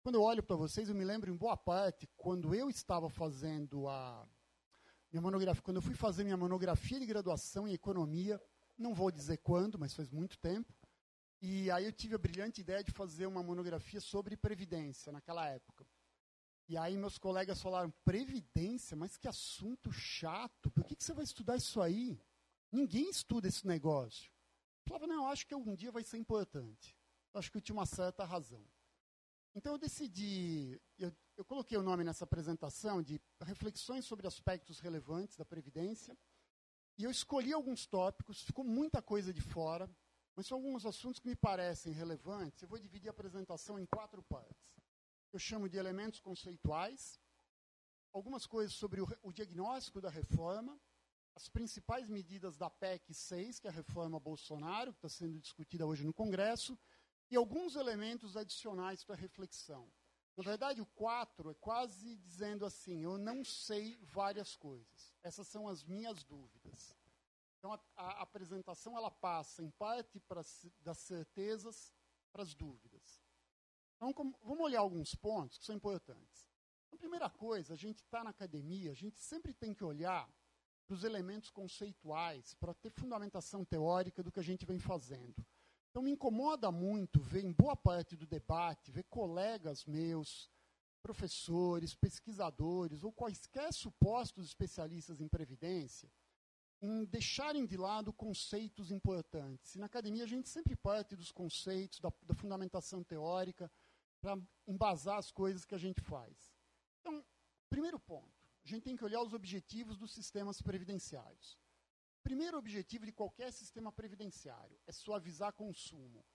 Quando eu olho para vocês, eu me lembro em boa parte, quando eu estava fazendo a minha monografia, quando eu fui fazer minha monografia de graduação em economia, não vou dizer quando, mas faz muito tempo, e aí eu tive a brilhante ideia de fazer uma monografia sobre previdência naquela época. E aí meus colegas falaram, previdência? Mas que assunto chato, por que você vai estudar isso aí? Ninguém estuda esse negócio. Eu falava, não, eu acho que algum dia vai ser importante. Eu acho que eu tinha uma certa razão. Então eu decidi, eu coloquei o nome nessa apresentação de reflexões sobre aspectos relevantes da Previdência, e eu escolhi alguns tópicos, ficou muita coisa de fora, mas são alguns assuntos que me parecem relevantes. Eu vou dividir a apresentação em 4 partes. Eu chamo de elementos conceituais, algumas coisas sobre o diagnóstico da reforma, as principais medidas da PEC 6, que é a reforma Bolsonaro, que está sendo discutida hoje no Congresso, e alguns elementos adicionais para reflexão. Na verdade, o 4 é quase dizendo assim, eu não sei várias coisas. Essas são as minhas dúvidas. Então, a apresentação ela passa, em parte, das certezas para as dúvidas. Então, vamos olhar alguns pontos que são importantes. A primeira coisa, a gente está na academia, a gente sempre tem que olhar para os elementos conceituais, para ter fundamentação teórica do que a gente vem fazendo. Então, me incomoda muito ver, em boa parte do debate, ver colegas meus, professores, pesquisadores, ou quaisquer supostos especialistas em previdência, em deixarem de lado conceitos importantes. E na academia, a gente sempre parte dos conceitos, da fundamentação teórica, para embasar as coisas que a gente faz. Então, primeiro ponto, a gente tem que olhar os objetivos dos sistemas previdenciários. O primeiro objetivo de qualquer sistema previdenciário é suavizar consumo.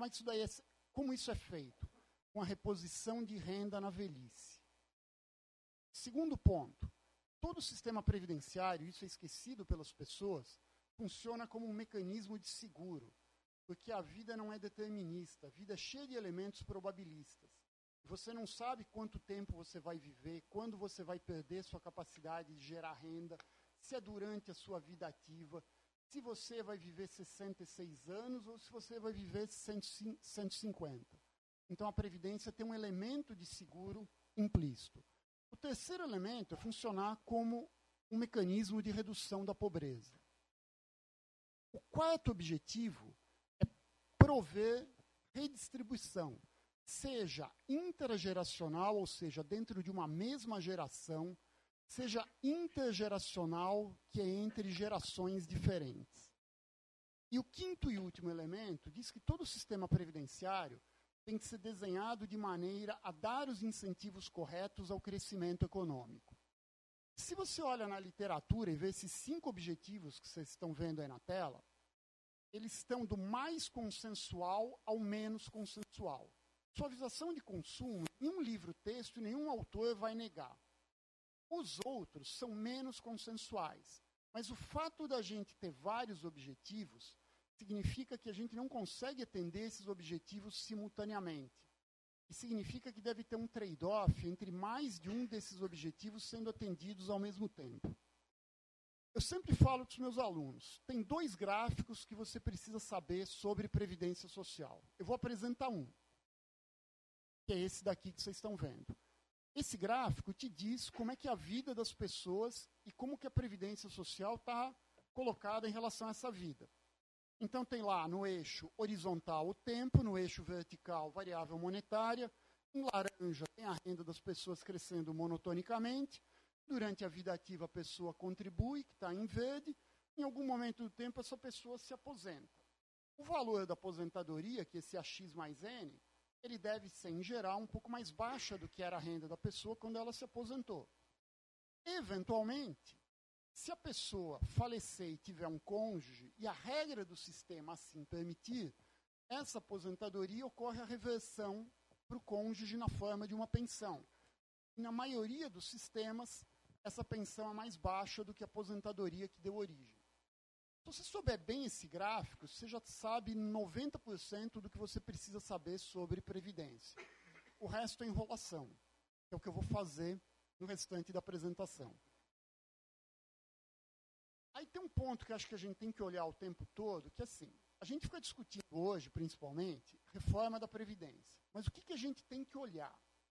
Como isso é feito? Com a reposição de renda na velhice. Segundo ponto, todo sistema previdenciário, isso é esquecido pelas pessoas, funciona como um mecanismo de seguro, porque a vida não é determinista, a vida é cheia de elementos probabilistas. Você não sabe quanto tempo você vai viver, quando você vai perder sua capacidade de gerar renda, se é durante a sua vida ativa, se você vai viver 66 anos ou se você vai viver 150. Então, a Previdência tem um elemento de seguro implícito. O terceiro elemento é funcionar como um mecanismo de redução da pobreza. O quarto objetivo é prover redistribuição, seja intergeracional, ou seja, dentro de uma mesma geração, seja intergeracional, que é entre gerações diferentes. E o quinto e último elemento diz que todo sistema previdenciário tem que ser desenhado de maneira a dar os incentivos corretos ao crescimento econômico. Se você olha na literatura e vê esses 5 objetivos que vocês estão vendo aí na tela, eles estão do mais consensual ao menos consensual. Suavização de consumo, nenhum livro-texto, nenhum autor vai negar. Os outros são menos consensuais. Mas o fato da gente ter vários objetivos significa que a gente não consegue atender esses objetivos simultaneamente. E significa que deve ter um trade-off entre mais de um desses objetivos sendo atendidos ao mesmo tempo. Eu sempre falo para os meus alunos, tem 2 gráficos que você precisa saber sobre previdência social. Eu vou apresentar um, que é esse daqui que vocês estão vendo. Esse gráfico te diz como é que é a vida das pessoas e como que a previdência social está colocada em relação a essa vida. Então tem lá no eixo horizontal o tempo, no eixo vertical variável monetária, em laranja tem a renda das pessoas crescendo monotonicamente, durante a vida ativa a pessoa contribui, que está em verde, em algum momento do tempo essa pessoa se aposenta. O valor da aposentadoria, que é esse AX mais N, ele deve ser, em geral, um pouco mais baixa do que era a renda da pessoa quando ela se aposentou. Eventualmente, se a pessoa falecer e tiver um cônjuge, e a regra do sistema assim permitir, essa aposentadoria ocorre a reversão para o cônjuge na forma de uma pensão. E na maioria dos sistemas, essa pensão é mais baixa do que a aposentadoria que deu origem. Se você souber bem esse gráfico, você já sabe 90% do que você precisa saber sobre previdência. O resto é enrolação, que é o que eu vou fazer no restante da apresentação. Aí tem um ponto que acho que a gente tem que olhar o tempo todo, que é assim, a gente fica discutindo hoje, principalmente, reforma da Previdência. Mas o que a gente tem que olhar?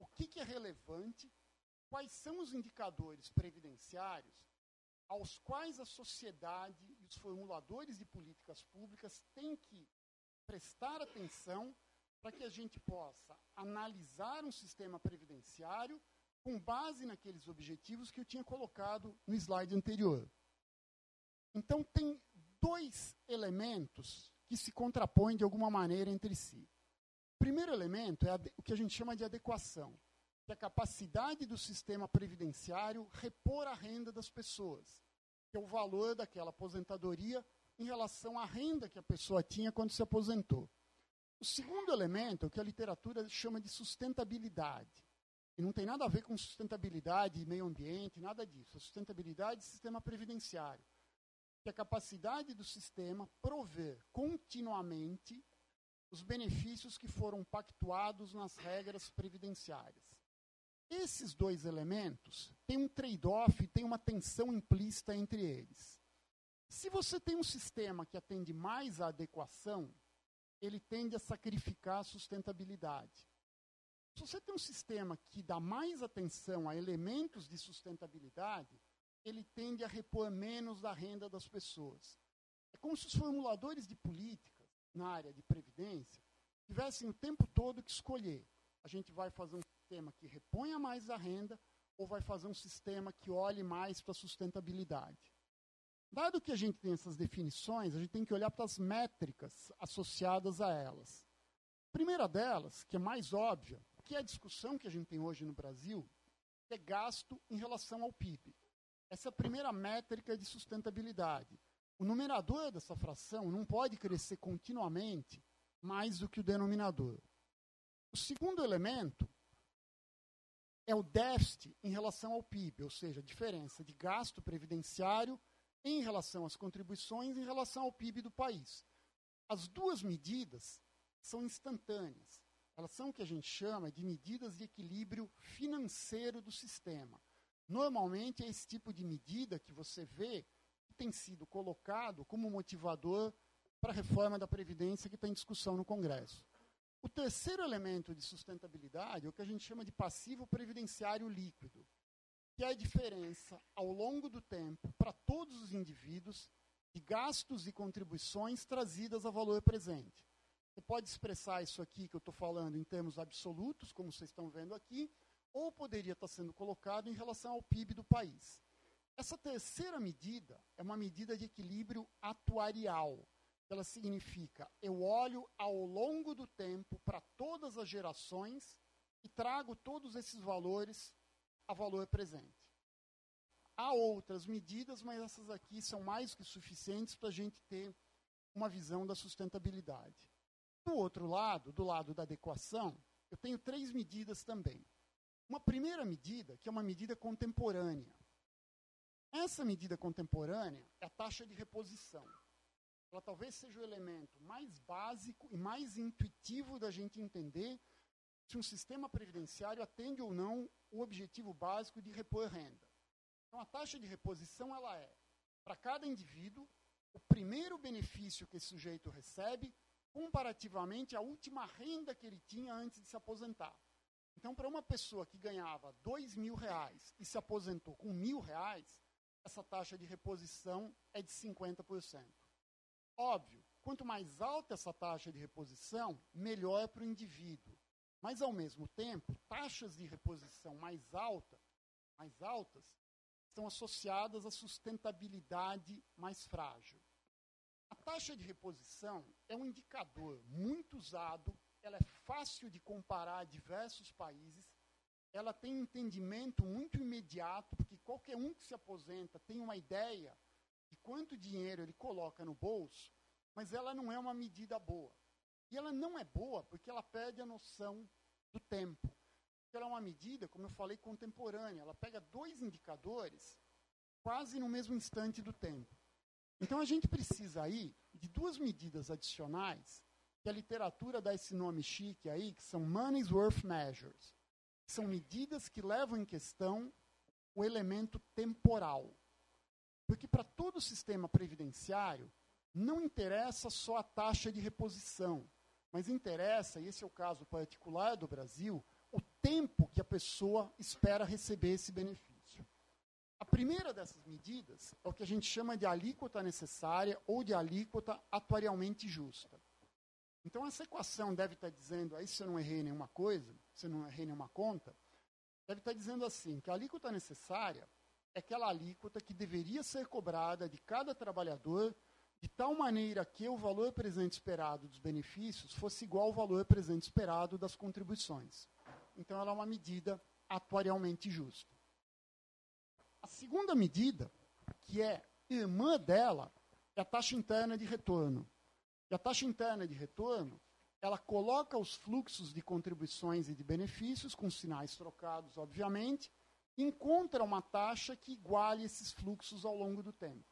o que é relevante, quais são os indicadores previdenciários aos quais a sociedade e os formuladores de políticas públicas têm que prestar atenção para que a gente possa analisar um sistema previdenciário com base naqueles objetivos que eu tinha colocado no slide anterior. Então, tem dois elementos que se contrapõem de alguma maneira entre si. O primeiro elemento é o que a gente chama de adequação, que é a capacidade do sistema previdenciário repor a renda das pessoas, que é o valor daquela aposentadoria em relação à renda que a pessoa tinha quando se aposentou. O segundo elemento é o que a literatura chama de sustentabilidade. E não tem nada a ver com sustentabilidade e meio ambiente, nada disso. A sustentabilidade do sistema previdenciário, que é a capacidade do sistema prover continuamente os benefícios que foram pactuados nas regras previdenciárias. Esses dois elementos têm um trade-off, têm uma tensão implícita entre eles. Se você tem um sistema que atende mais à adequação, ele tende a sacrificar a sustentabilidade. Se você tem um sistema que dá mais atenção a elementos de sustentabilidade, ele tende a repor menos da renda das pessoas. É como se os formuladores de políticas na área de previdência tivessem o tempo todo que escolher. A gente vai fazer um sistema que reponha mais a renda ou vai fazer um sistema que olhe mais para a sustentabilidade. Dado que a gente tem essas definições, a gente tem que olhar para as métricas associadas a elas. A primeira delas, que é mais óbvia, que é a discussão que a gente tem hoje no Brasil, é gasto em relação ao PIB. Essa é a primeira métrica de sustentabilidade. O numerador dessa fração não pode crescer continuamente mais do que o denominador. O segundo elemento é o déficit em relação ao PIB, ou seja, a diferença de gasto previdenciário em relação às contribuições em relação ao PIB do país. As duas medidas são instantâneas. Elas são o que a gente chama de medidas de equilíbrio financeiro do sistema. Normalmente é esse tipo de medida que você vê que tem sido colocado como motivador para a reforma da Previdência que está em discussão no Congresso. O terceiro elemento de sustentabilidade é o que a gente chama de passivo previdenciário líquido, que é a diferença ao longo do tempo para todos os indivíduos de gastos e contribuições trazidas a valor presente. Você pode expressar isso aqui que eu estou falando em termos absolutos, como vocês estão vendo aqui, ou poderia estar sendo colocado em relação ao PIB do país. Essa terceira medida é uma medida de equilíbrio atuarial. Ela significa, eu olho ao longo do tempo para todas as gerações e trago todos esses valores a valor presente. Há outras medidas, mas essas aqui são mais que suficientes para a gente ter uma visão da sustentabilidade. Do outro lado, do lado da adequação, eu tenho três medidas também. Uma primeira medida, que é uma medida contemporânea. Essa medida contemporânea é a taxa de reposição. Ela talvez seja o elemento mais básico e mais intuitivo da gente entender se um sistema previdenciário atende ou não o objetivo básico de repor renda. Então, a taxa de reposição ela é, para cada indivíduo, o primeiro benefício que esse sujeito recebe comparativamente à última renda que ele tinha antes de se aposentar. Então, para uma pessoa que ganhava R$2.000 e se aposentou com R$1.000, essa taxa de reposição é de 50%. Óbvio, quanto mais alta essa taxa de reposição, melhor para o indivíduo. Mas, ao mesmo tempo, taxas de reposição mais altas estão associadas à sustentabilidade mais frágil. A taxa de reposição é um indicador muito usado, ela é fácil de comparar a diversos países, ela tem um entendimento muito imediato, porque qualquer um que se aposenta tem uma ideia de quanto dinheiro ele coloca no bolso, mas ela não é uma medida boa. E ela não é boa porque ela perde a noção do tempo. Ela é uma medida, como eu falei, contemporânea. Ela pega dois indicadores quase no mesmo instante do tempo. Então, a gente precisa aí de duas medidas adicionais, que a literatura dá esse nome chique aí, que são Money's Worth Measures. São medidas que levam em questão o elemento temporal. Porque para todo o sistema previdenciário, não interessa só a taxa de reposição, mas interessa, e esse é o caso particular do Brasil, o tempo que a pessoa espera receber esse benefício. A primeira dessas medidas é o que a gente chama de alíquota necessária ou de alíquota atuarialmente justa. Então, essa equação deve estar dizendo, aí se eu não errei nenhuma coisa, se eu não errei nenhuma conta, deve estar dizendo assim, que a alíquota necessária é aquela alíquota que deveria ser cobrada de cada trabalhador de tal maneira que o valor presente esperado dos benefícios fosse igual ao valor presente esperado das contribuições. Então, ela é uma medida atuarialmente justa. A segunda medida, que é irmã dela, é a taxa interna de retorno. E a taxa interna de retorno, ela coloca os fluxos de contribuições e de benefícios, com sinais trocados, obviamente, e encontra uma taxa que iguale esses fluxos ao longo do tempo.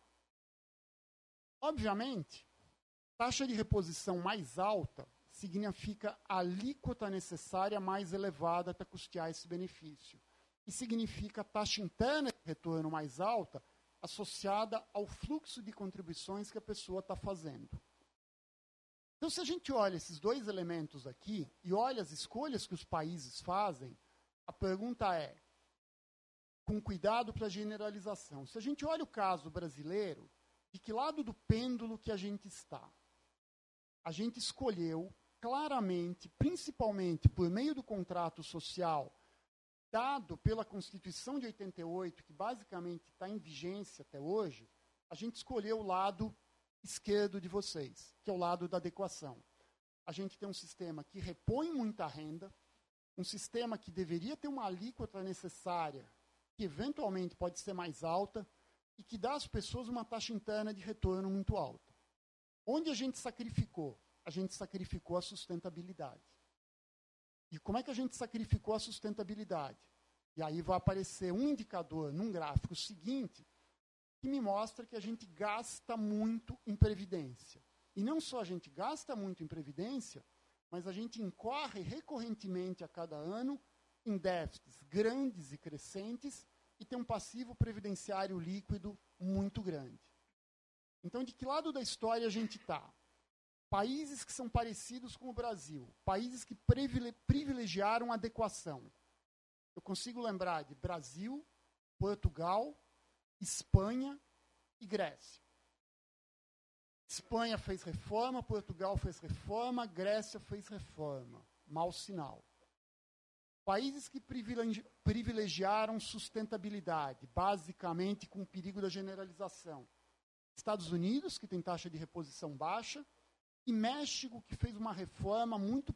Obviamente, taxa de reposição mais alta significa a alíquota necessária mais elevada para custear esse benefício. E significa taxa interna de retorno mais alta associada ao fluxo de contribuições que a pessoa está fazendo. Então, se a gente olha esses dois elementos aqui e olha as escolhas que os países fazem, a pergunta é, com cuidado para a generalização, se a gente olha o caso brasileiro, de que lado do pêndulo que a gente está? A gente escolheu claramente, principalmente por meio do contrato social, dado pela Constituição de 88, que basicamente está em vigência até hoje, a gente escolheu o lado esquerdo de vocês, que é o lado da adequação. A gente tem um sistema que repõe muita renda, um sistema que deveria ter uma alíquota necessária, que eventualmente pode ser mais alta, e que dá às pessoas uma taxa interna de retorno muito alta. Onde a gente sacrificou? A gente sacrificou a sustentabilidade. E como é que a gente sacrificou a sustentabilidade? E aí vai aparecer um indicador num gráfico seguinte que me mostra que a gente gasta muito em previdência. E não só a gente gasta muito em previdência, mas a gente incorre recorrentemente a cada ano em déficits grandes e crescentes e tem um passivo previdenciário líquido muito grande. Então, de que lado da história a gente está? Países que são parecidos com o Brasil, países que privilegiaram a adequação. Eu consigo lembrar de Brasil, Portugal, Espanha e Grécia. Espanha fez reforma, Portugal fez reforma, Grécia fez reforma. Mau sinal. Países que privilegiaram sustentabilidade, basicamente com o perigo da generalização. Estados Unidos, que tem taxa de reposição baixa, e México, que fez uma reforma muito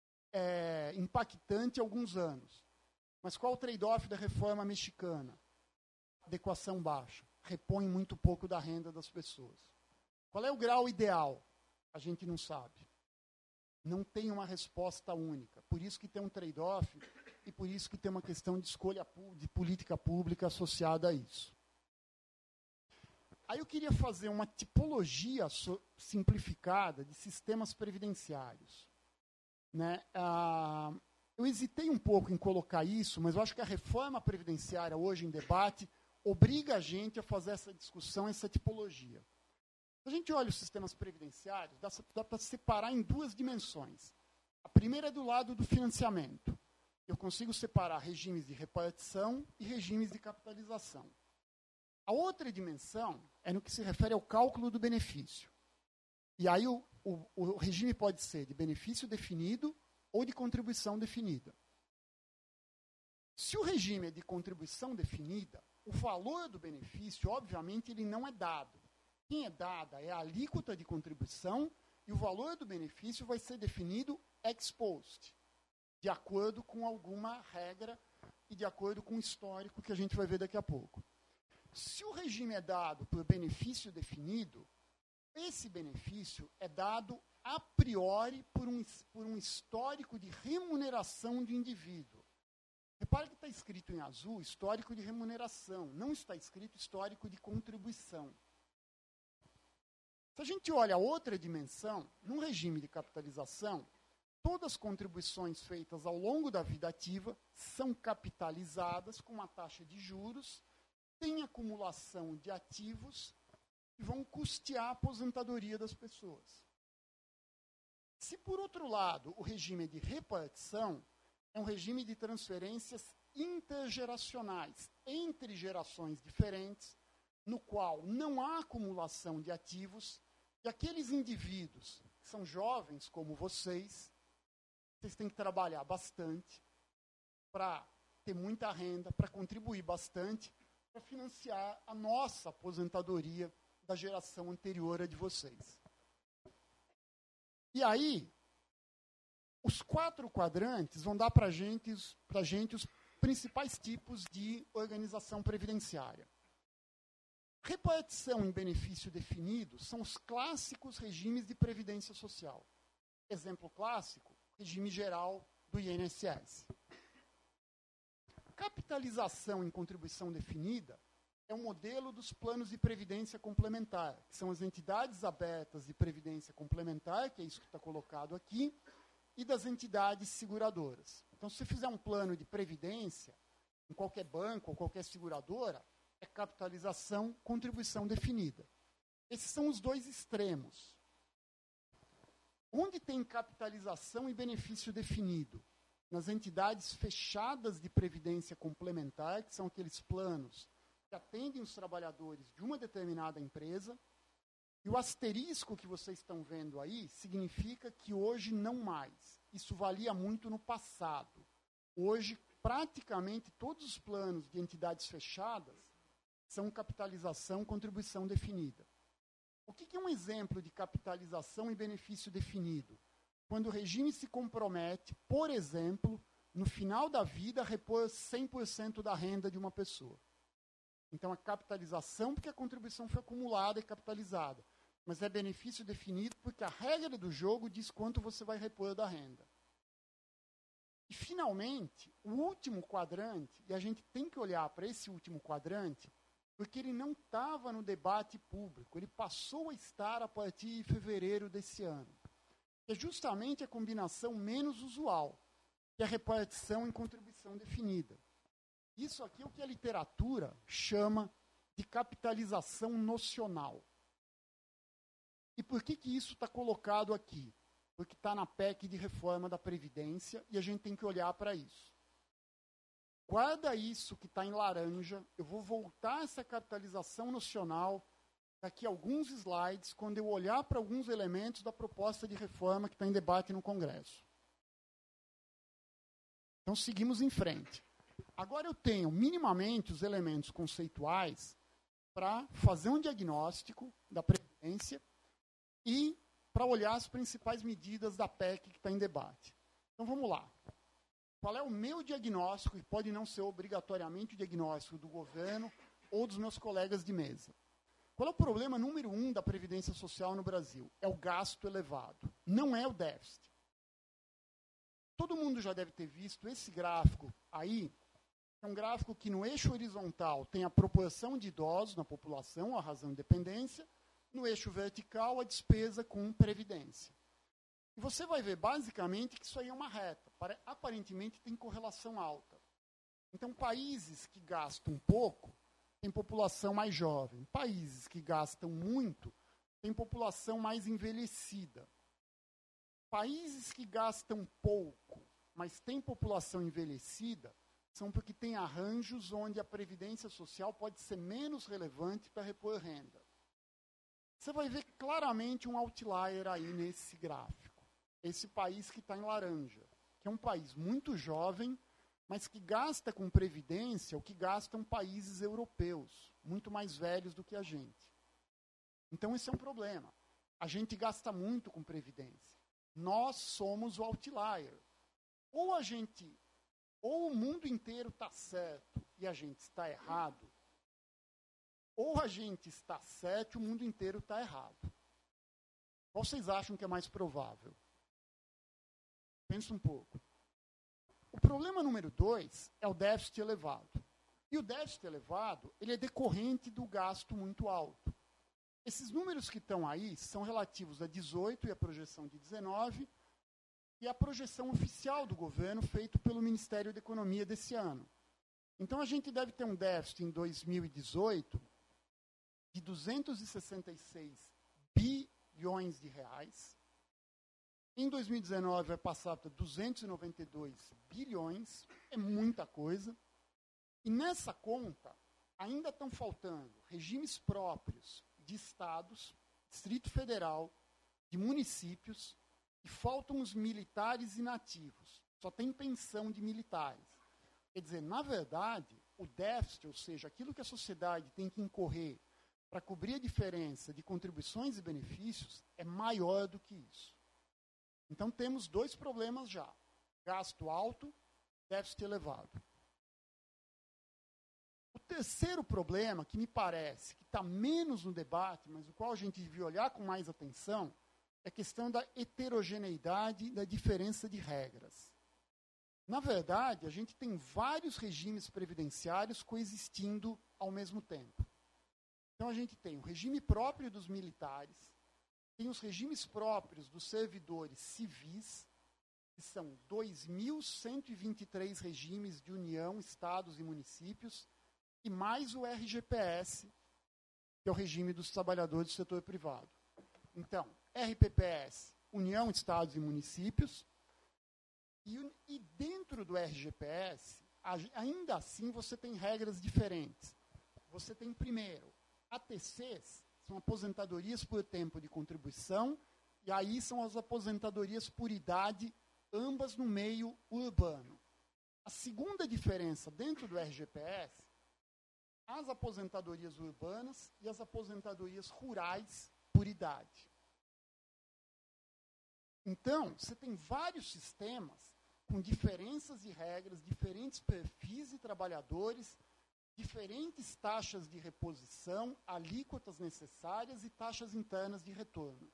impactante há alguns anos. Mas qual o trade-off da reforma mexicana? Adequação baixa. Repõe muito pouco da renda das pessoas. Qual é o grau ideal? A gente não sabe. Não tem uma resposta única. Por isso que tem um trade-off e por isso que tem uma questão de escolha de política pública associada a isso. Aí eu queria fazer uma tipologia simplificada de sistemas previdenciários. Né? Eu hesitei um pouco em colocar isso, mas eu acho que a reforma previdenciária hoje em debate obriga a gente a fazer essa discussão, essa tipologia. Se a gente olha os sistemas previdenciários, dá para separar em duas dimensões. A primeira é do lado do financiamento. Eu consigo separar regimes de repartição e regimes de capitalização. A outra dimensão é no que se refere ao cálculo do benefício. E aí o regime pode ser de benefício definido ou de contribuição definida. Se o regime é de contribuição definida, o valor do benefício, obviamente, ele não é dado. Quem é dada é a alíquota de contribuição e o valor do benefício vai ser definido ex post, de acordo com alguma regra e de acordo com o histórico que a gente vai ver daqui a pouco. Se o regime é dado por benefício definido, esse benefício é dado a priori por um histórico de remuneração do indivíduo. Repare que está escrito em azul histórico de remuneração, não está escrito histórico de contribuição. Se a gente olha a outra dimensão, num regime de capitalização, todas as contribuições feitas ao longo da vida ativa são capitalizadas com uma taxa de juros, tem acumulação de ativos que vão custear a aposentadoria das pessoas. Se, por outro lado, o regime é de repartição, é um regime de transferências intergeracionais, entre gerações diferentes, no qual não há acumulação de ativos, e aqueles indivíduos que são jovens como vocês têm que trabalhar bastante para ter muita renda, para contribuir bastante, para financiar a nossa aposentadoria da geração anterior a de vocês. E aí, os 4 quadrantes vão dar para a gente os principais tipos de organização previdenciária. Repartição em benefício definido são os clássicos regimes de previdência social. Exemplo clássico, regime geral do INSS. Capitalização em contribuição definida é o modelo dos planos de previdência complementar, que são as entidades abertas de previdência complementar, que é isso que está colocado aqui, e das entidades seguradoras. Então, se você fizer um plano de previdência, em qualquer banco ou qualquer seguradora, é capitalização, contribuição definida. Esses são os 2 extremos. Onde tem capitalização e benefício definido? Nas entidades fechadas de previdência complementar, que são aqueles planos que atendem os trabalhadores de uma determinada empresa. E o asterisco que vocês estão vendo aí significa que hoje não mais. Isso valia muito no passado. Hoje, praticamente todos os planos de entidades fechadas são capitalização, contribuição definida. O que é um exemplo de capitalização e benefício definido? Quando o regime se compromete, por exemplo, no final da vida, a repor 100% da renda de uma pessoa. Então, a capitalização, porque a contribuição foi acumulada e capitalizada. Mas é benefício definido porque a regra do jogo diz quanto você vai repor da renda. E, finalmente, o último quadrante, e a gente tem que olhar para esse último quadrante, porque ele não estava no debate público, ele passou a estar a partir de fevereiro desse ano. É justamente a combinação menos usual, que é a repartição em contribuição definida. Isso aqui é o que a literatura chama de capitalização nocional. E por que isso está colocado aqui? Porque está na PEC de reforma da Previdência e a gente tem que olhar para isso. Guarda isso que está em laranja, eu vou voltar essa capitalização nocional daqui a alguns slides, quando eu olhar para alguns elementos da proposta de reforma que está em debate no Congresso. Então, seguimos em frente. Agora eu tenho minimamente os elementos conceituais para fazer um diagnóstico da Previdência e para olhar as principais medidas da PEC que está em debate. Então, vamos lá. Qual é o meu diagnóstico, e pode não ser obrigatoriamente o diagnóstico do governo ou dos meus colegas de mesa? Qual é o problema número 1 da Previdência Social no Brasil? É o gasto elevado, não é o déficit. Todo mundo já deve ter visto esse gráfico aí, é um gráfico que no eixo horizontal tem a proporção de idosos na população, a razão de dependência, no eixo vertical a despesa com previdência. E você vai ver, basicamente, que isso aí é uma reta. Aparentemente, tem correlação alta. Então, países que gastam pouco têm população mais jovem. Países que gastam muito têm população mais envelhecida. Países que gastam pouco, mas têm população envelhecida, são porque têm arranjos onde a previdência social pode ser menos relevante para repor renda. Você vai ver claramente um outlier aí nesse gráfico. Esse país que está em laranja, que é um país muito jovem, mas que gasta com previdência o que gastam países europeus, muito mais velhos do que a gente. Então, esse é um problema. A gente gasta muito com previdência. Nós somos o outlier. Ou o mundo inteiro está certo e a gente está errado, ou a gente está certo e o mundo inteiro está errado. Qual vocês acham que é mais provável? Pensa um pouco. O problema número 2 é o déficit elevado. E o déficit elevado, ele é decorrente do gasto muito alto. Esses números que estão aí são relativos a 18 e a projeção de 19 e a projeção oficial do governo feito pelo Ministério da Economia desse ano. Então, a gente deve ter um déficit em 2018 de 266 bilhões de reais Em 2019 vai passar para 292 bilhões, é muita coisa. E nessa conta ainda estão faltando regimes próprios de estados, Distrito Federal, de municípios, e faltam os militares inativos. Só tem pensão de militares. Quer dizer, na verdade, o déficit, ou seja, aquilo que a sociedade tem que incorrer para cobrir a diferença de contribuições e benefícios, é maior do que isso. Então, temos dois problemas já. Gasto alto, déficit elevado. O terceiro problema, que me parece que está menos no debate, mas o qual a gente devia olhar com mais atenção, é a questão da heterogeneidade, da diferença de regras. Na verdade, a gente tem vários regimes previdenciários coexistindo ao mesmo tempo. Então, a gente tem o regime próprio dos militares, tem os regimes próprios dos servidores civis, que são 2.123 regimes de União, estados e municípios, e mais o RGPS, que é o regime dos trabalhadores do setor privado. Então, RPPS, União, Estados e Municípios, e dentro do RGPS, ainda assim você tem regras diferentes. Você tem, primeiro, ATCs, são aposentadorias por tempo de contribuição, e aí são as aposentadorias por idade, ambas no meio urbano. A segunda diferença dentro do RGPS, as aposentadorias urbanas e as aposentadorias rurais por idade. Então, você tem vários sistemas com diferenças de regras, diferentes perfis de trabalhadores, diferentes taxas de reposição, alíquotas necessárias e taxas internas de retorno.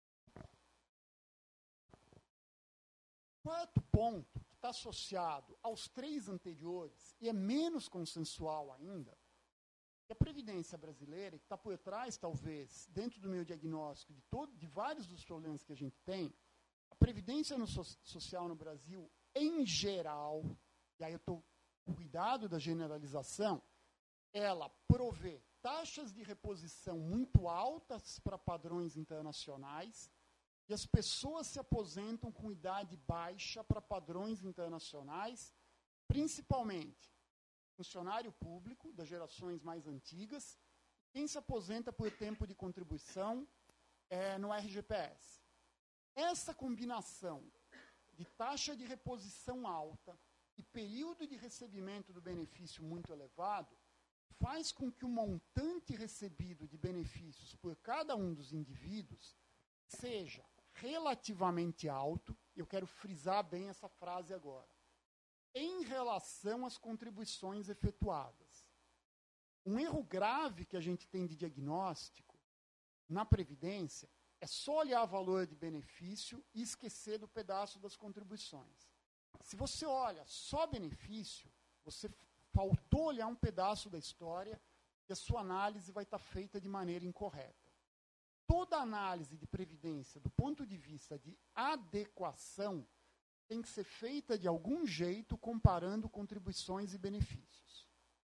Quarto ponto, que está associado aos três anteriores, e é menos consensual ainda, que a Previdência brasileira, que está por trás, talvez, dentro do meu diagnóstico de vários dos problemas que a gente tem, a Previdência Social no Brasil, em geral, e aí eu estou com cuidado da generalização, ela provê taxas de reposição muito altas para padrões internacionais e as pessoas se aposentam com idade baixa para padrões internacionais, principalmente funcionário público, das gerações mais antigas, quem se aposenta por tempo de contribuição no RGPS. Essa combinação de taxa de reposição alta e período de recebimento do benefício muito elevado faz com que o montante recebido de benefícios por cada um dos indivíduos seja relativamente alto, eu quero frisar bem essa frase agora, em relação às contribuições efetuadas. Um erro grave que a gente tem de diagnóstico na Previdência é só olhar valor de benefício e esquecer do pedaço das contribuições. Se você olha só benefício, você faltou olhar um pedaço da história e a sua análise vai estar feita de maneira incorreta. Toda análise de previdência, do ponto de vista de adequação, tem que ser feita de algum jeito comparando contribuições e benefícios.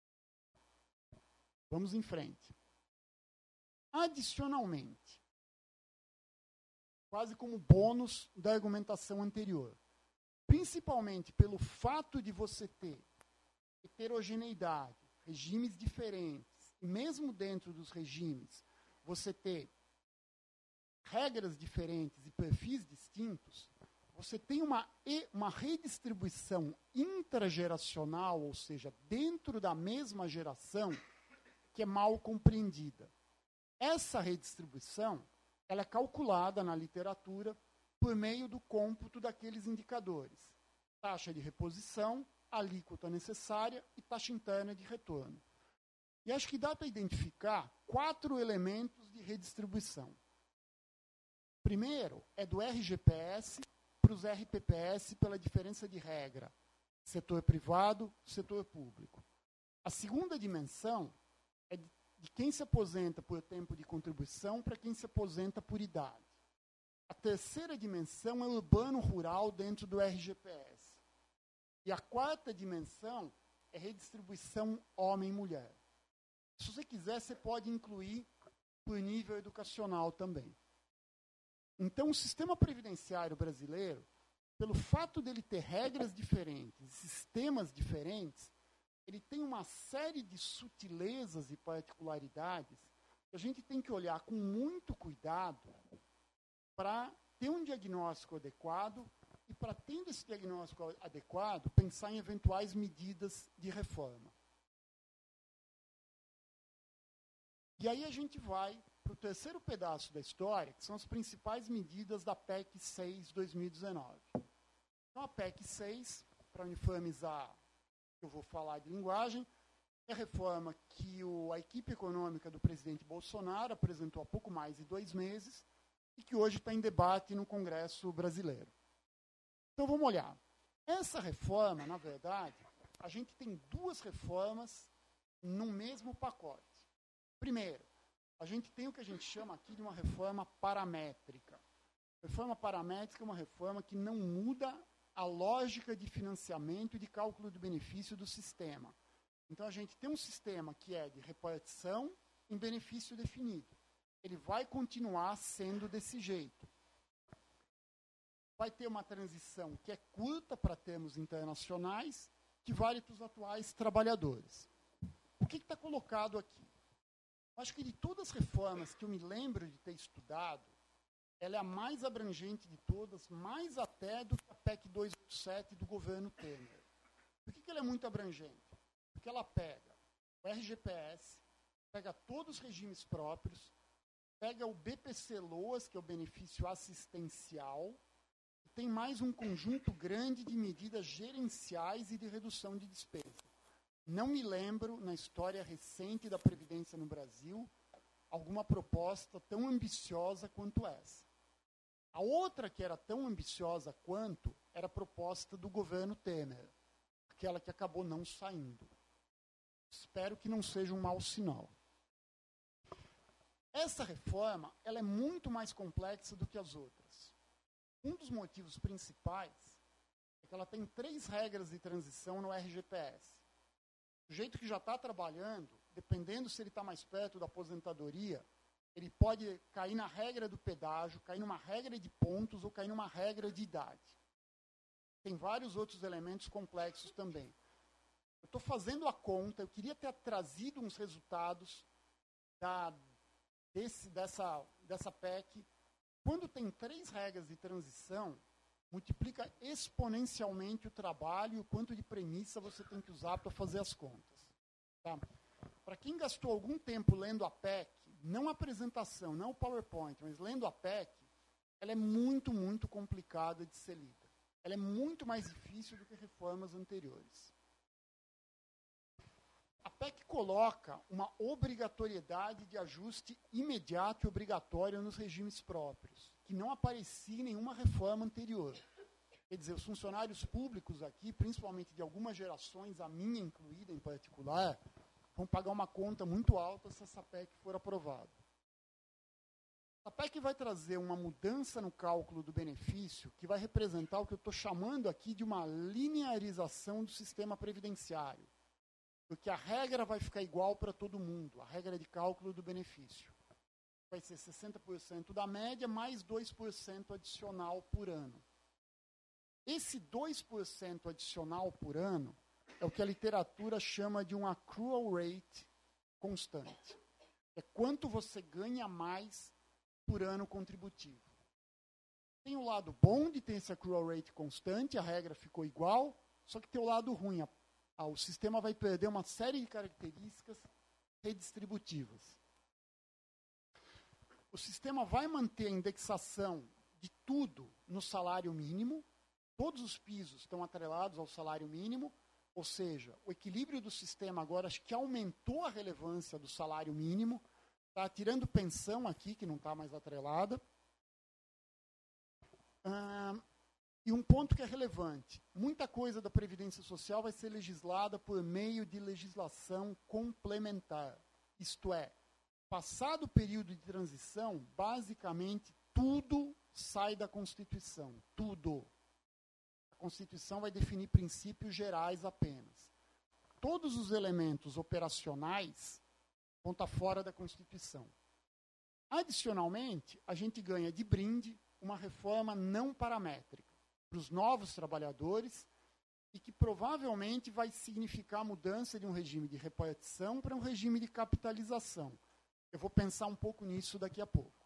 Vamos em frente. Adicionalmente, quase como bônus da argumentação anterior, principalmente pelo fato de você ter heterogeneidade, regimes diferentes, e mesmo dentro dos regimes, você ter regras diferentes e perfis distintos, você tem uma redistribuição intrageracional, ou seja, dentro da mesma geração, que é mal compreendida. Essa redistribuição ela é calculada na literatura por meio do cômputo daqueles indicadores. Taxa de reposição, alíquota necessária e taxa interna de retorno. E acho que dá para identificar 4 elementos de redistribuição. Primeiro é do RGPS para os RPPS pela diferença de regra, setor privado, setor público. A segunda dimensão é de quem se aposenta por tempo de contribuição para quem se aposenta por idade. A terceira dimensão é urbano-rural dentro do RGPS. E a quarta dimensão é redistribuição homem-mulher. Se você quiser, você pode incluir por nível educacional também. Então, o sistema previdenciário brasileiro, pelo fato dele ter regras diferentes, sistemas diferentes, ele tem uma série de sutilezas e particularidades que a gente tem que olhar com muito cuidado para ter um diagnóstico adequado e, para tendo esse diagnóstico adequado, pensar em eventuais medidas de reforma. E aí a gente vai para o terceiro pedaço da história, que são as principais medidas da PEC 6/2019. Então, a PEC 6, para uniformizar, eu vou falar de linguagem, é a reforma que a equipe econômica do presidente Bolsonaro apresentou há pouco mais de 2 meses e que hoje está em debate no Congresso brasileiro. Então, vamos olhar. Essa reforma, na verdade, a gente tem 2 reformas no mesmo pacote. Primeiro, a gente tem o que a gente chama aqui de uma reforma paramétrica. Reforma paramétrica é uma reforma que não muda a lógica de financiamento e de cálculo do benefício do sistema. Então, a gente tem um sistema que é de repartição em benefício definido. Ele vai continuar sendo desse jeito. Vai ter uma transição que é curta para termos internacionais, que vale para os atuais trabalhadores. O que está colocado aqui? Acho que de todas as reformas que eu me lembro de ter estudado, ela é a mais abrangente de todas, mais até do que a PEC 287 do governo Temer. Por que ela é muito abrangente? Porque ela pega o RGPS, pega todos os regimes próprios, pega o BPC-LOAS, que é o benefício assistencial, e tem mais um conjunto grande de medidas gerenciais e de redução de despesa. Não me lembro, na história recente da Previdência no Brasil, alguma proposta tão ambiciosa quanto essa. A outra que era tão ambiciosa quanto era a proposta do governo Temer, aquela que acabou não saindo. Espero que não seja um mau sinal. Essa reforma ela é muito mais complexa do que as outras. Um dos motivos principais é que ela tem 3 regras de transição no RGPS. O sujeito que já está trabalhando, dependendo se ele está mais perto da aposentadoria, ele pode cair na regra do pedágio, cair numa regra de pontos ou cair numa regra de idade. Tem vários outros elementos complexos também. Eu estou fazendo a conta, eu queria ter trazido uns resultados dessa PEC. Quando tem 3 regras de transição, multiplica exponencialmente o trabalho e o quanto de premissa você tem que usar para fazer as contas. Tá? Para quem gastou algum tempo lendo a PEC, não a apresentação, não o PowerPoint, mas lendo a PEC, ela é muito, muito complicada de ser lida. Ela é muito mais difícil do que reformas anteriores. A PEC coloca uma obrigatoriedade de ajuste imediato e obrigatório nos regimes próprios, que não aparecia em nenhuma reforma anterior. Quer dizer, os funcionários públicos aqui, principalmente de algumas gerações, a minha incluída em particular, vão pagar uma conta muito alta se essa PEC for aprovada. A PEC vai trazer uma mudança no cálculo do benefício que vai representar o que eu estou chamando aqui de uma linearização do sistema previdenciário. Porque a regra vai ficar igual para todo mundo, a regra de cálculo do benefício. Vai ser 60% da média, mais 2% adicional por ano. Esse 2% adicional por ano é o que a literatura chama de um accrual rate constante. É quanto você ganha mais por ano contributivo. Tem o lado bom de ter esse accrual rate constante, a regra ficou igual, só que tem o lado ruim. O sistema vai perder uma série de características redistributivas. O sistema vai manter a indexação de tudo no salário mínimo, todos os pisos estão atrelados ao salário mínimo, ou seja, o equilíbrio do sistema agora acho que aumentou a relevância do salário mínimo, está tirando pensão aqui, que não está mais atrelada. E um ponto que é relevante, muita coisa da Previdência Social vai ser legislada por meio de legislação complementar. Isto é, passado o período de transição, basicamente tudo sai da Constituição, tudo. A Constituição vai definir princípios gerais apenas. Todos os elementos operacionais vão estar fora da Constituição. Adicionalmente, a gente ganha de brinde uma reforma não paramétrica para os novos trabalhadores e que provavelmente vai significar a mudança de um regime de repartição para um regime de capitalização. Eu vou pensar um pouco nisso daqui a pouco.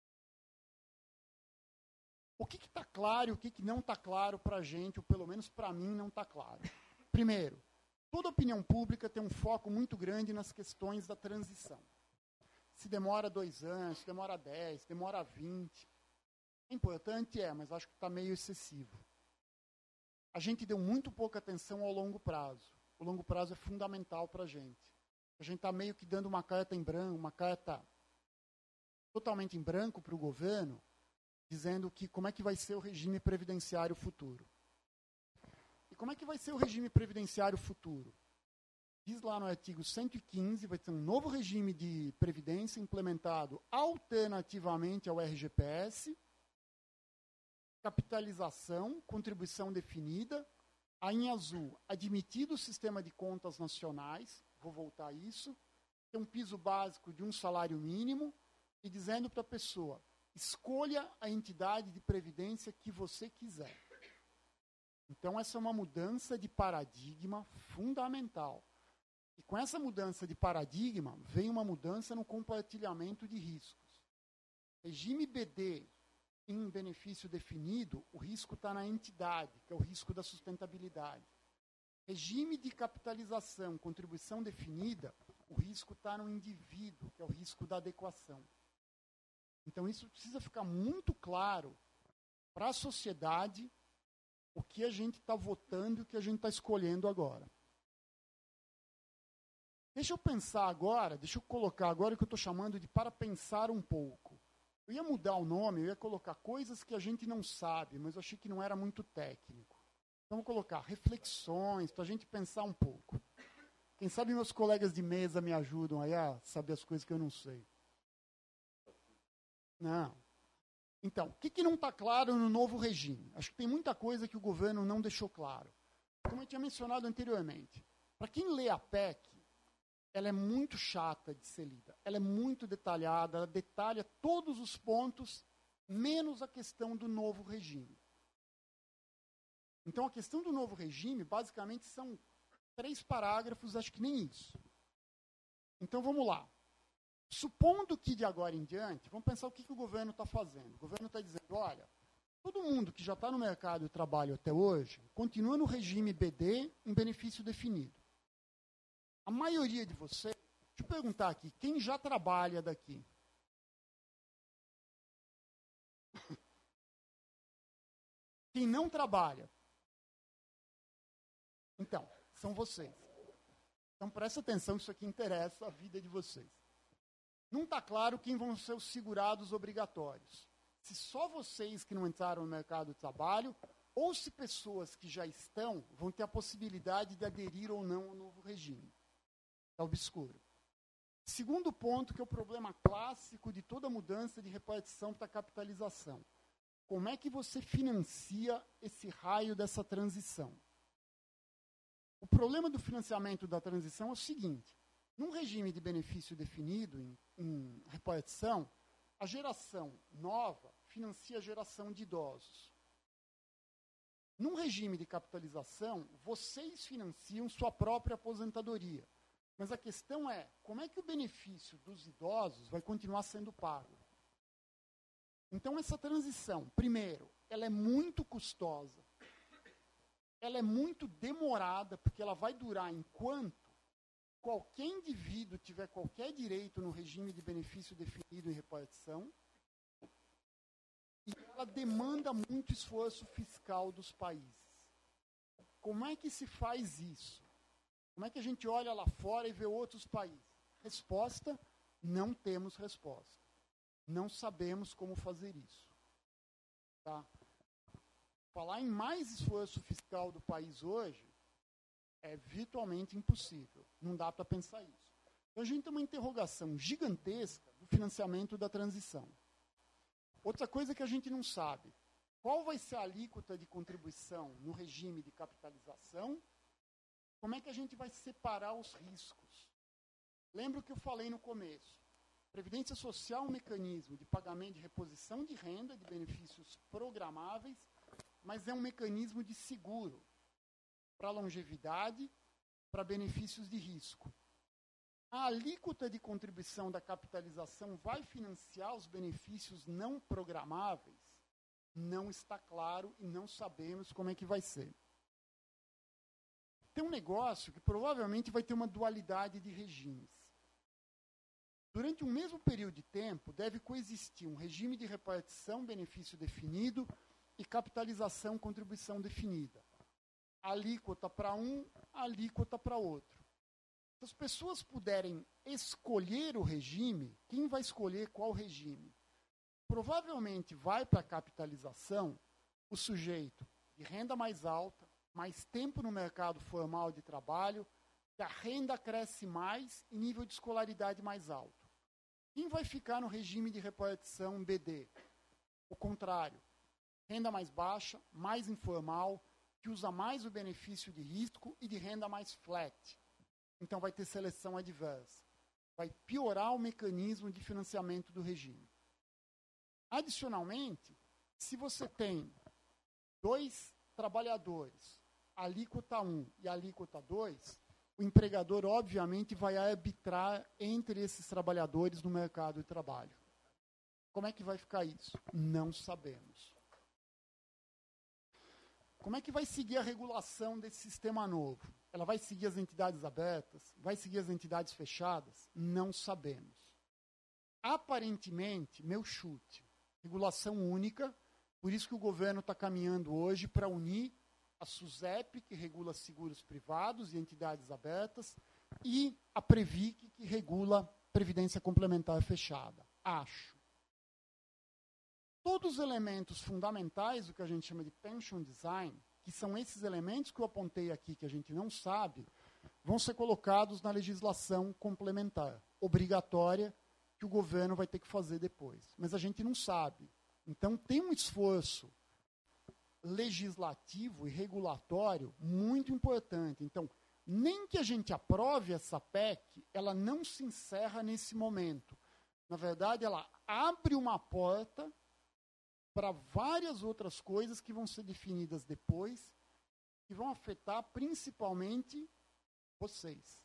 O que está claro e o que não está claro para a gente, ou pelo menos para mim não está claro? Primeiro, toda opinião pública tem um foco muito grande nas questões da transição. Se demora 2 anos, se demora 10, demora 20. É importante, mas acho que está meio excessivo. A gente deu muito pouca atenção ao longo prazo. O longo prazo é fundamental para a gente. A gente está meio que dando uma carta em branco, uma carta totalmente em branco para o governo, dizendo que como é que vai ser o regime previdenciário futuro. E como é que vai ser o regime previdenciário futuro? Diz lá no artigo 115, vai ter um novo regime de previdência implementado alternativamente ao RGPS, capitalização, contribuição definida, aí em azul, admitido o sistema de contas nacionais, vou voltar a isso, tem um piso básico de um salário mínimo, e dizendo para a pessoa, escolha a entidade de previdência que você quiser. Então, essa é uma mudança de paradigma fundamental. E com essa mudança de paradigma, vem uma mudança no compartilhamento de riscos. Regime BD em benefício definido, o risco está na entidade, que é o risco da sustentabilidade. Regime de capitalização, contribuição definida, o risco está no indivíduo, que é o risco da adequação. Então, isso precisa ficar muito claro para a sociedade o que a gente está votando e o que a gente está escolhendo agora. Deixa eu pensar agora, deixa eu colocar agora o que eu estou chamando de para pensar um pouco. Eu ia mudar o nome, eu ia colocar coisas que a gente não sabe, mas eu achei que não era muito técnico. Então, vou colocar reflexões, para a gente pensar um pouco. Quem sabe meus colegas de mesa me ajudam aí a saber as coisas que eu não sei. Não. Então, o que não está claro no novo regime? Acho que tem muita coisa que o governo não deixou claro. Como eu tinha mencionado anteriormente, para quem lê a PEC, ela é muito chata de ser lida. Ela é muito detalhada, ela detalha todos os pontos, menos a questão do novo regime. Então, a questão do novo regime, basicamente, são 3 parágrafos, acho que nem isso. Então, vamos lá. Supondo que, de agora em diante, vamos pensar o que o governo está fazendo. O governo está dizendo, olha, todo mundo que já está no mercado de trabalho até hoje, continua no regime BD em benefício definido. A maioria de vocês, deixa eu perguntar aqui, quem já trabalha daqui? Quem não trabalha? Então, são vocês. Então, presta atenção, isso aqui interessa a vida de vocês. Não está claro quem vão ser os segurados obrigatórios. Se só vocês que não entraram no mercado de trabalho, ou se pessoas que já estão vão ter a possibilidade de aderir ou não ao novo regime. Está obscuro. Segundo ponto, que é o problema clássico de toda mudança de repartição para capitalização. Como é que você financia esse raio dessa transição? O problema do financiamento da transição é o seguinte. Num regime de benefício definido, em repartição, a geração nova financia a geração de idosos. Num regime de capitalização, vocês financiam sua própria aposentadoria. Mas a questão é, como é que o benefício dos idosos vai continuar sendo pago? Então, essa transição, primeiro, ela é muito custosa, ela é muito demorada, porque ela vai durar enquanto qualquer indivíduo tiver qualquer direito no regime de benefício definido em repartição, e ela demanda muito esforço fiscal dos países. Como é que se faz isso? Como é que a gente olha lá fora e vê outros países? Resposta, não temos resposta. Não sabemos como fazer isso. Tá? Falar em mais esforço fiscal do país hoje é virtualmente impossível. Não dá para pensar isso. Então, a gente tem uma interrogação gigantesca do financiamento da transição. Outra coisa que a gente não sabe, qual vai ser a alíquota de contribuição no regime de capitalização? Como é que a gente vai separar os riscos? Lembra o que eu falei no começo? Previdência social é um mecanismo de pagamento de reposição de renda, de benefícios programáveis, mas é um mecanismo de seguro para longevidade, para benefícios de risco. A alíquota de contribuição da capitalização vai financiar os benefícios não programáveis? Não está claro e não sabemos como é que vai ser. Tem um negócio que provavelmente vai ter uma dualidade de regimes. Durante um mesmo período de tempo, deve coexistir um regime de repartição, benefício definido, e capitalização, contribuição definida. Alíquota para um, alíquota para outro. Se as pessoas puderem escolher o regime, quem vai escolher qual regime? Provavelmente vai para a capitalização o sujeito de renda mais alta, mais tempo no mercado formal de trabalho, que a renda cresce mais e nível de escolaridade mais alto. Quem vai ficar no regime de repartição BD? O contrário. Renda mais baixa, mais informal, que usa mais o benefício de risco e de renda mais flat. Então vai ter seleção adversa. Vai piorar o mecanismo de financiamento do regime. Adicionalmente, se você tem 2 trabalhadores, alíquota 1 e alíquota 2, o empregador, obviamente, vai arbitrar entre esses trabalhadores no mercado de trabalho. Como é que vai ficar isso? Não sabemos. Como é que vai seguir a regulação desse sistema novo? Ela vai seguir as entidades abertas? Vai seguir as entidades fechadas? Não sabemos. Aparentemente, meu chute, regulação única, por isso que o governo está caminhando hoje para unir a SUSEP, que regula seguros privados e entidades abertas, e a Previc, que regula previdência complementar fechada. Acho. Todos os elementos fundamentais do que a gente chama de pension design, que são esses elementos que eu apontei aqui, que a gente não sabe, vão ser colocados na legislação complementar, obrigatória, que o governo vai ter que fazer depois. Mas a gente não sabe. Então, tem um esforço legislativo e regulatório muito importante. Então, nem que a gente aprove essa PEC, ela não se encerra nesse momento. Na verdade, ela abre uma porta para várias outras coisas que vão ser definidas depois, que vão afetar principalmente vocês.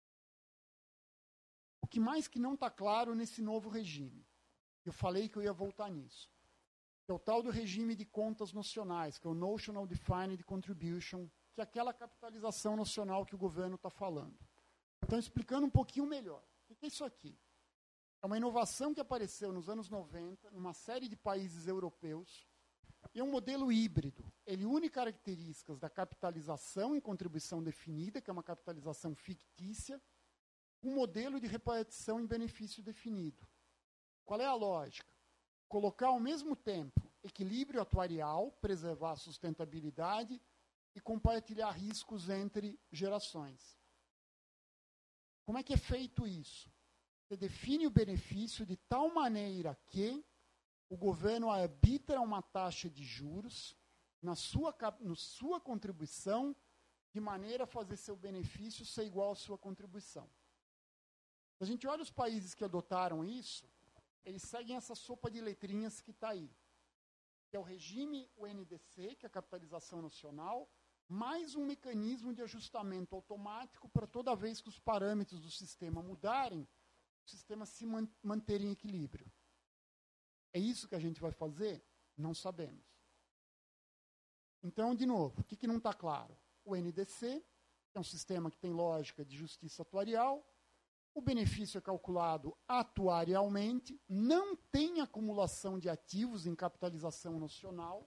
O que mais que não está claro nesse novo regime? Eu falei que eu ia voltar nisso. Que é o tal do regime de contas nocionais, que é o Notional Defined Contribution, que é aquela capitalização nocional que o governo está falando. Então, explicando um pouquinho melhor. O que é isso aqui? É uma inovação que apareceu nos anos 90, numa série de países europeus, e é um modelo híbrido. Ele une características da capitalização em contribuição definida, que é uma capitalização fictícia, um modelo de repartição em benefício definido. Qual é a lógica? Colocar ao mesmo tempo equilíbrio atuarial, preservar a sustentabilidade e compartilhar riscos entre gerações. Como é que é feito isso? Você define o benefício de tal maneira que o governo arbitra uma taxa de juros na sua contribuição, de maneira a fazer seu benefício ser igual à sua contribuição. Se a gente olha os países que adotaram isso, eles seguem essa sopa de letrinhas que está aí. Que é o regime UNDC, que é a capitalização nacional, mais um mecanismo de ajustamento automático para toda vez que os parâmetros do sistema mudarem, o sistema se manter em equilíbrio. É isso que a gente vai fazer? Não sabemos. Então, de novo, o que não está claro? O NDC é um sistema que tem lógica de justiça atuarial, o benefício é calculado atuarialmente, não tem acumulação de ativos em capitalização nacional,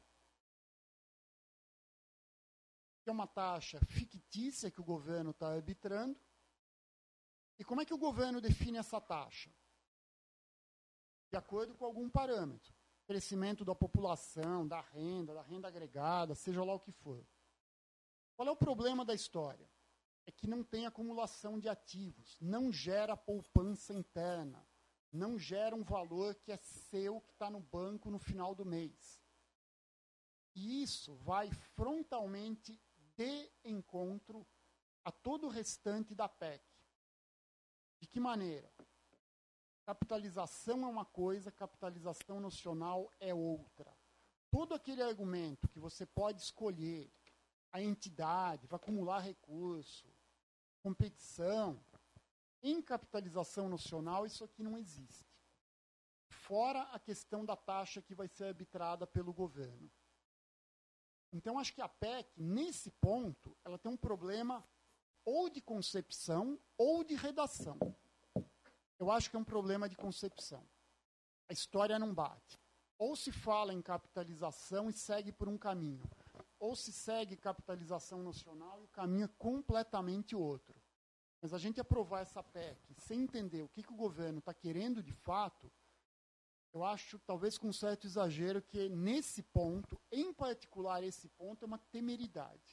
que é uma taxa fictícia que o governo está arbitrando. E como é que o governo define essa taxa? De acordo com algum parâmetro. Crescimento da população, da renda agregada, seja lá o que for. Qual é o problema da história? É que não tem acumulação de ativos, não gera poupança interna, não gera um valor que é seu, que está no banco no final do mês. E isso vai frontalmente de encontro a todo o restante da PEC. De que maneira? Capitalização é uma coisa, capitalização nocional é outra. Todo aquele argumento que você pode escolher, a entidade, vai acumular recurso, competição, em capitalização nocional isso aqui não existe. Fora a questão da taxa que vai ser arbitrada pelo governo. Então, acho que a PEC, nesse ponto, ela tem um problema ou de concepção ou de redação. Eu acho que é um problema de concepção. A história não bate. Ou se fala em capitalização e segue por um caminho, ou se segue capitalização nocional e o caminho é completamente outro. Mas a gente aprovar essa PEC sem entender o que o governo está querendo de fato, eu acho, talvez com um certo exagero, que nesse ponto, em particular esse ponto, é uma temeridade.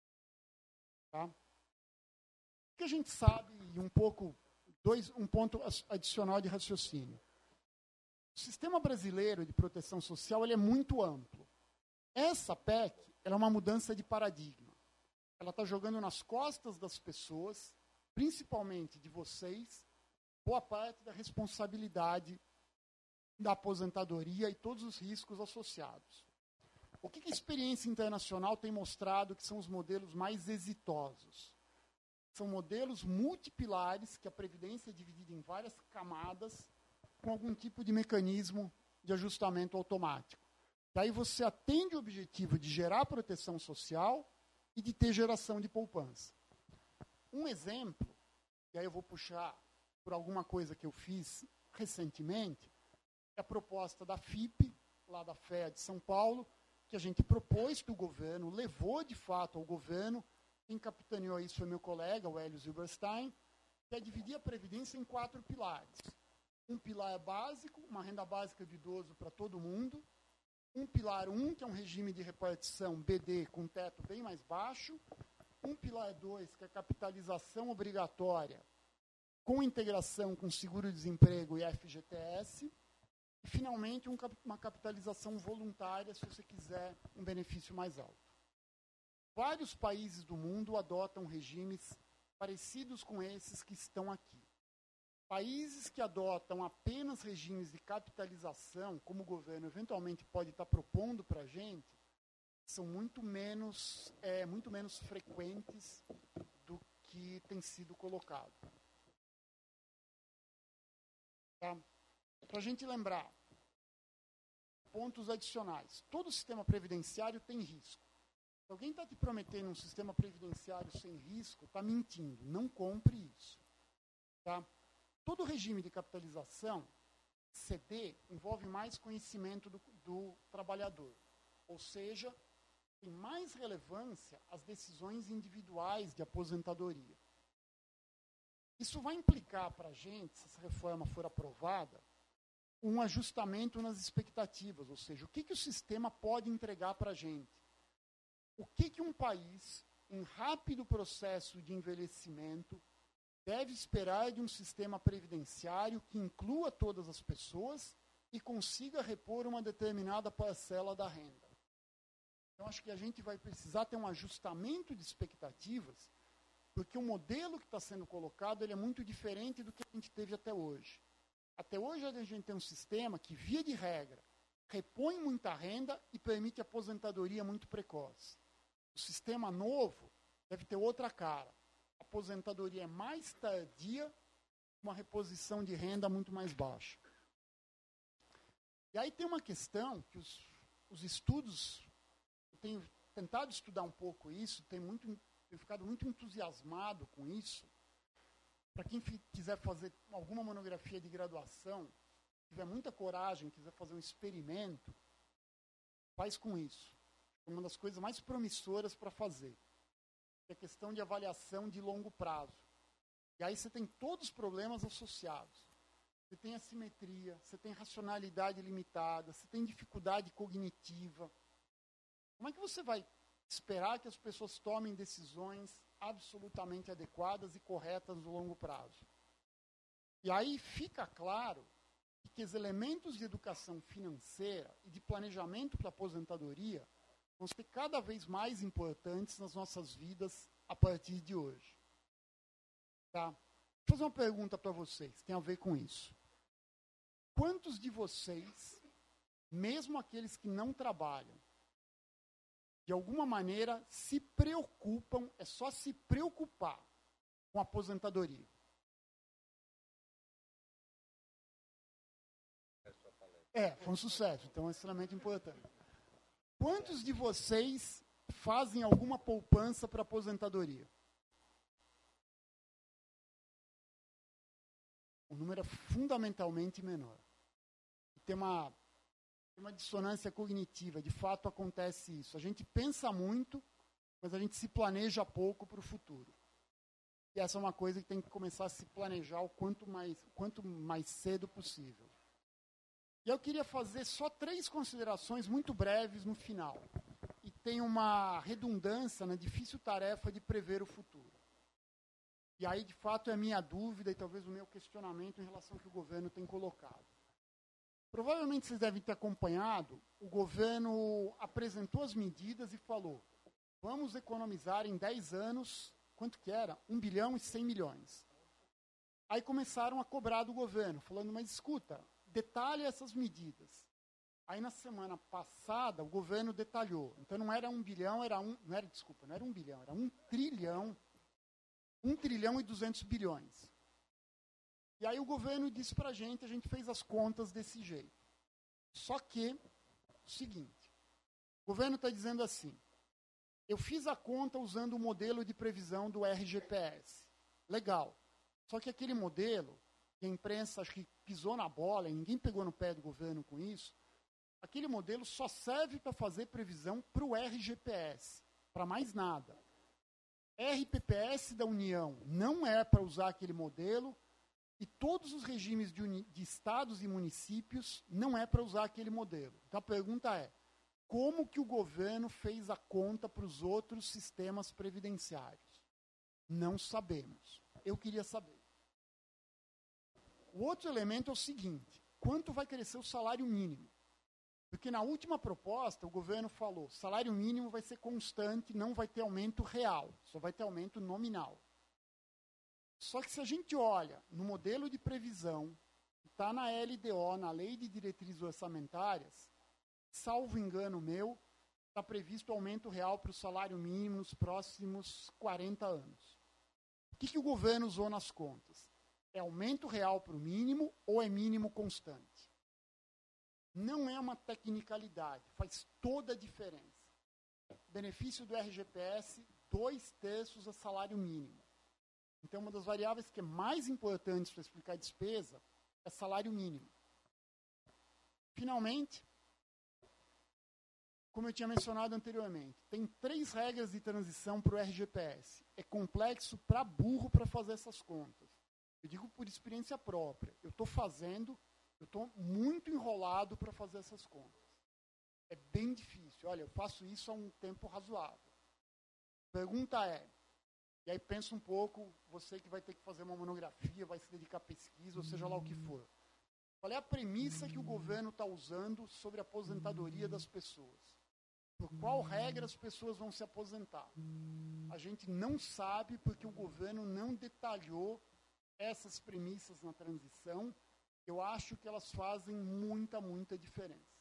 Tá? O que a gente sabe, e um ponto adicional de raciocínio. O sistema brasileiro de proteção social ele é muito amplo. Essa PEC ela é uma mudança de paradigma. Ela está jogando nas costas das pessoas, principalmente de vocês, boa parte da responsabilidade da aposentadoria e todos os riscos associados. O que a experiência internacional tem mostrado que são os modelos mais exitosos? São modelos multipilares, que a Previdência é dividida em várias camadas, com algum tipo de mecanismo de ajustamento automático. Daí você atende o objetivo de gerar proteção social e de ter geração de poupança. Um exemplo, e aí eu vou puxar por alguma coisa que eu fiz recentemente, é a proposta da FIP, lá da FEA de São Paulo, que a gente propôs do governo, levou de fato ao governo, quem capitaneou isso foi meu colega, o Hélio Zilberstein, que é dividir a Previdência em 4 pilares. Um pilar é básico, uma renda básica de idoso para todo mundo. Um pilar 1, que é um regime de repartição BD com teto bem mais baixo. Um pilar 2, que é a capitalização obrigatória com integração com seguro-desemprego e FGTS. E, finalmente, uma capitalização voluntária, se você quiser um benefício mais alto. Vários países do mundo adotam regimes parecidos com esses que estão aqui. Países que adotam apenas regimes de capitalização, como o governo eventualmente pode estar propondo para a gente, são muito menos frequentes do que tem sido colocado. Tá? Para a gente lembrar, pontos adicionais. Todo sistema previdenciário tem risco. Se alguém está te prometendo um sistema previdenciário sem risco, está mentindo. Não compre isso. Tá? Todo regime de capitalização, CD, envolve mais conhecimento do trabalhador. Ou seja, tem mais relevância as decisões individuais de aposentadoria. Isso vai implicar para a gente, se essa reforma for aprovada, um ajustamento nas expectativas, ou seja, o que o sistema pode entregar para a gente. O que um país, em rápido processo de envelhecimento, deve esperar de um sistema previdenciário que inclua todas as pessoas e consiga repor uma determinada parcela da renda. Então, acho que a gente vai precisar ter um ajustamento de expectativas, porque o modelo que está sendo colocado ele é muito diferente do que a gente teve até hoje. Até hoje, a gente tem um sistema que, via de regra, repõe muita renda e permite aposentadoria muito precoce. O sistema novo deve ter outra cara. A aposentadoria é mais tardia, uma reposição de renda muito mais baixa. E aí tem uma questão que os estudos, eu tenho tentado estudar um pouco isso, tenho ficado muito entusiasmado com isso. Para quem quiser fazer alguma monografia de graduação, tiver muita coragem, quiser fazer um experimento, faz com isso. É uma das coisas mais promissoras para fazer. É a questão de avaliação de longo prazo. E aí você tem todos os problemas associados. Você tem assimetria, você tem racionalidade limitada, você tem dificuldade cognitiva. Como é que você vai esperar que as pessoas tomem decisões absolutamente adequadas e corretas no longo prazo? E aí fica claro que os elementos de educação financeira e de planejamento para a aposentadoria vão ser cada vez mais importantes nas nossas vidas a partir de hoje. Tá? Vou fazer uma pergunta para vocês, tem a ver com isso. quantos de vocês, mesmo aqueles que não trabalham, de alguma maneira se preocupam, é só se preocupar com a aposentadoria? Foi um sucesso, então é extremamente importante. Quantos de vocês fazem alguma poupança para aposentadoria? O número é fundamentalmente menor. Tem uma dissonância cognitiva, de fato acontece isso. A gente pensa muito, mas a gente se planeja pouco para o futuro. E essa é uma coisa que tem que começar a se planejar o quanto mais cedo possível. E eu queria fazer só 3 considerações muito breves no final. E tem uma redundância na difícil tarefa de prever o futuro. E aí, de fato, é a minha dúvida e talvez o meu questionamento em relação ao que o governo tem colocado. Provavelmente vocês devem ter acompanhado, o governo apresentou as medidas e falou, vamos economizar em 10 anos, quanto que era? 1 bilhão e 100 milhões. Aí começaram a cobrar do governo, falando, mas escuta, detalhe essas medidas. Aí na semana passada o governo detalhou. Então não era 1 bilhão, não era 1 bilhão, era 1 trilhão, 1 trilhão e 200 bilhões. E aí o governo disse pra gente, a gente fez as contas desse jeito. Só que, o seguinte, o governo está dizendo assim, eu fiz a conta usando o modelo de previsão do RGPS. Legal. Só que aquele modelo, que a imprensa acho que pisou na bola, e ninguém pegou no pé do governo com isso, aquele modelo só serve para fazer previsão para o RGPS, para mais nada. RPPS da União não é para usar aquele modelo, e todos os regimes de estados e municípios não é para usar aquele modelo. Então a pergunta é, como que o governo fez a conta para os outros sistemas previdenciários? Não sabemos. Eu queria saber. O outro elemento é o seguinte, quanto vai crescer o salário mínimo? Porque na última proposta o governo falou, salário mínimo vai ser constante, não vai ter aumento real, só vai ter aumento nominal. Só que se a gente olha no modelo de previsão, que está na LDO, na Lei de Diretrizes Orçamentárias, salvo engano meu, está previsto aumento real para o salário mínimo nos próximos 40 anos. O que o governo usou nas contas? É aumento real para o mínimo ou é mínimo constante? Não é uma tecnicalidade, faz toda a diferença. Benefício do RGPS, 2/3 a salário mínimo. Então, uma das variáveis que é mais importante para explicar a despesa é salário mínimo. Finalmente, como eu tinha mencionado anteriormente, tem 3 regras de transição para o RGPS. É complexo para burro para fazer essas contas. Eu digo por experiência própria. Eu estou muito enrolado para fazer essas contas. É bem difícil. Olha, eu faço isso há um tempo razoável. Pergunta é, e aí pensa um pouco, você que vai ter que fazer uma monografia, vai se dedicar à pesquisa, ou seja lá o que for. Qual é a premissa que o governo está usando sobre a aposentadoria das pessoas? Por qual regra as pessoas vão se aposentar? A gente não sabe porque o governo não detalhou essas premissas na transição. Eu acho que elas fazem muita diferença.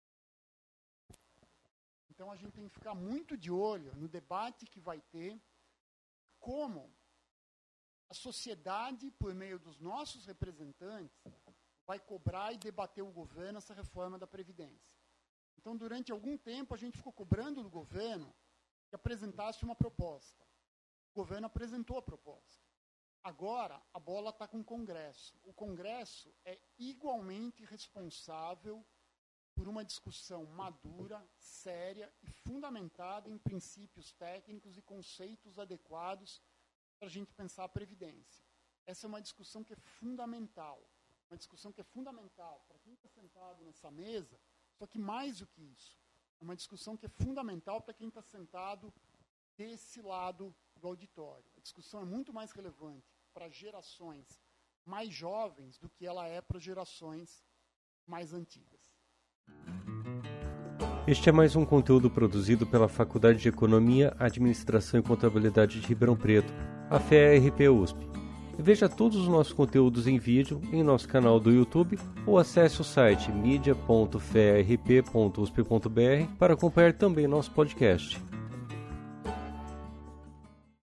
Então a gente tem que ficar muito de olho no debate que vai ter, como a sociedade, por meio dos nossos representantes, vai cobrar e debater o governo essa reforma da Previdência. Então, durante algum tempo, a gente ficou cobrando do governo que apresentasse uma proposta. O governo apresentou a proposta. Agora, a bola está com o Congresso. O Congresso é igualmente responsável por uma discussão madura, séria e fundamentada em princípios técnicos e conceitos adequados para a gente pensar a Previdência. Essa é uma discussão que é fundamental. Uma discussão que é fundamental para quem está sentado nessa mesa, só que mais do que isso, é uma discussão que é fundamental para quem está sentado desse lado do auditório. A discussão é muito mais relevante para gerações mais jovens do que ela é para gerações mais antigas. Este é mais um conteúdo produzido pela Faculdade de Economia, Administração e Contabilidade de Ribeirão Preto, a FEA-RP USP. Veja todos os nossos conteúdos em vídeo em nosso canal do YouTube ou acesse o site media.ferp.usp.br para acompanhar também nosso podcast.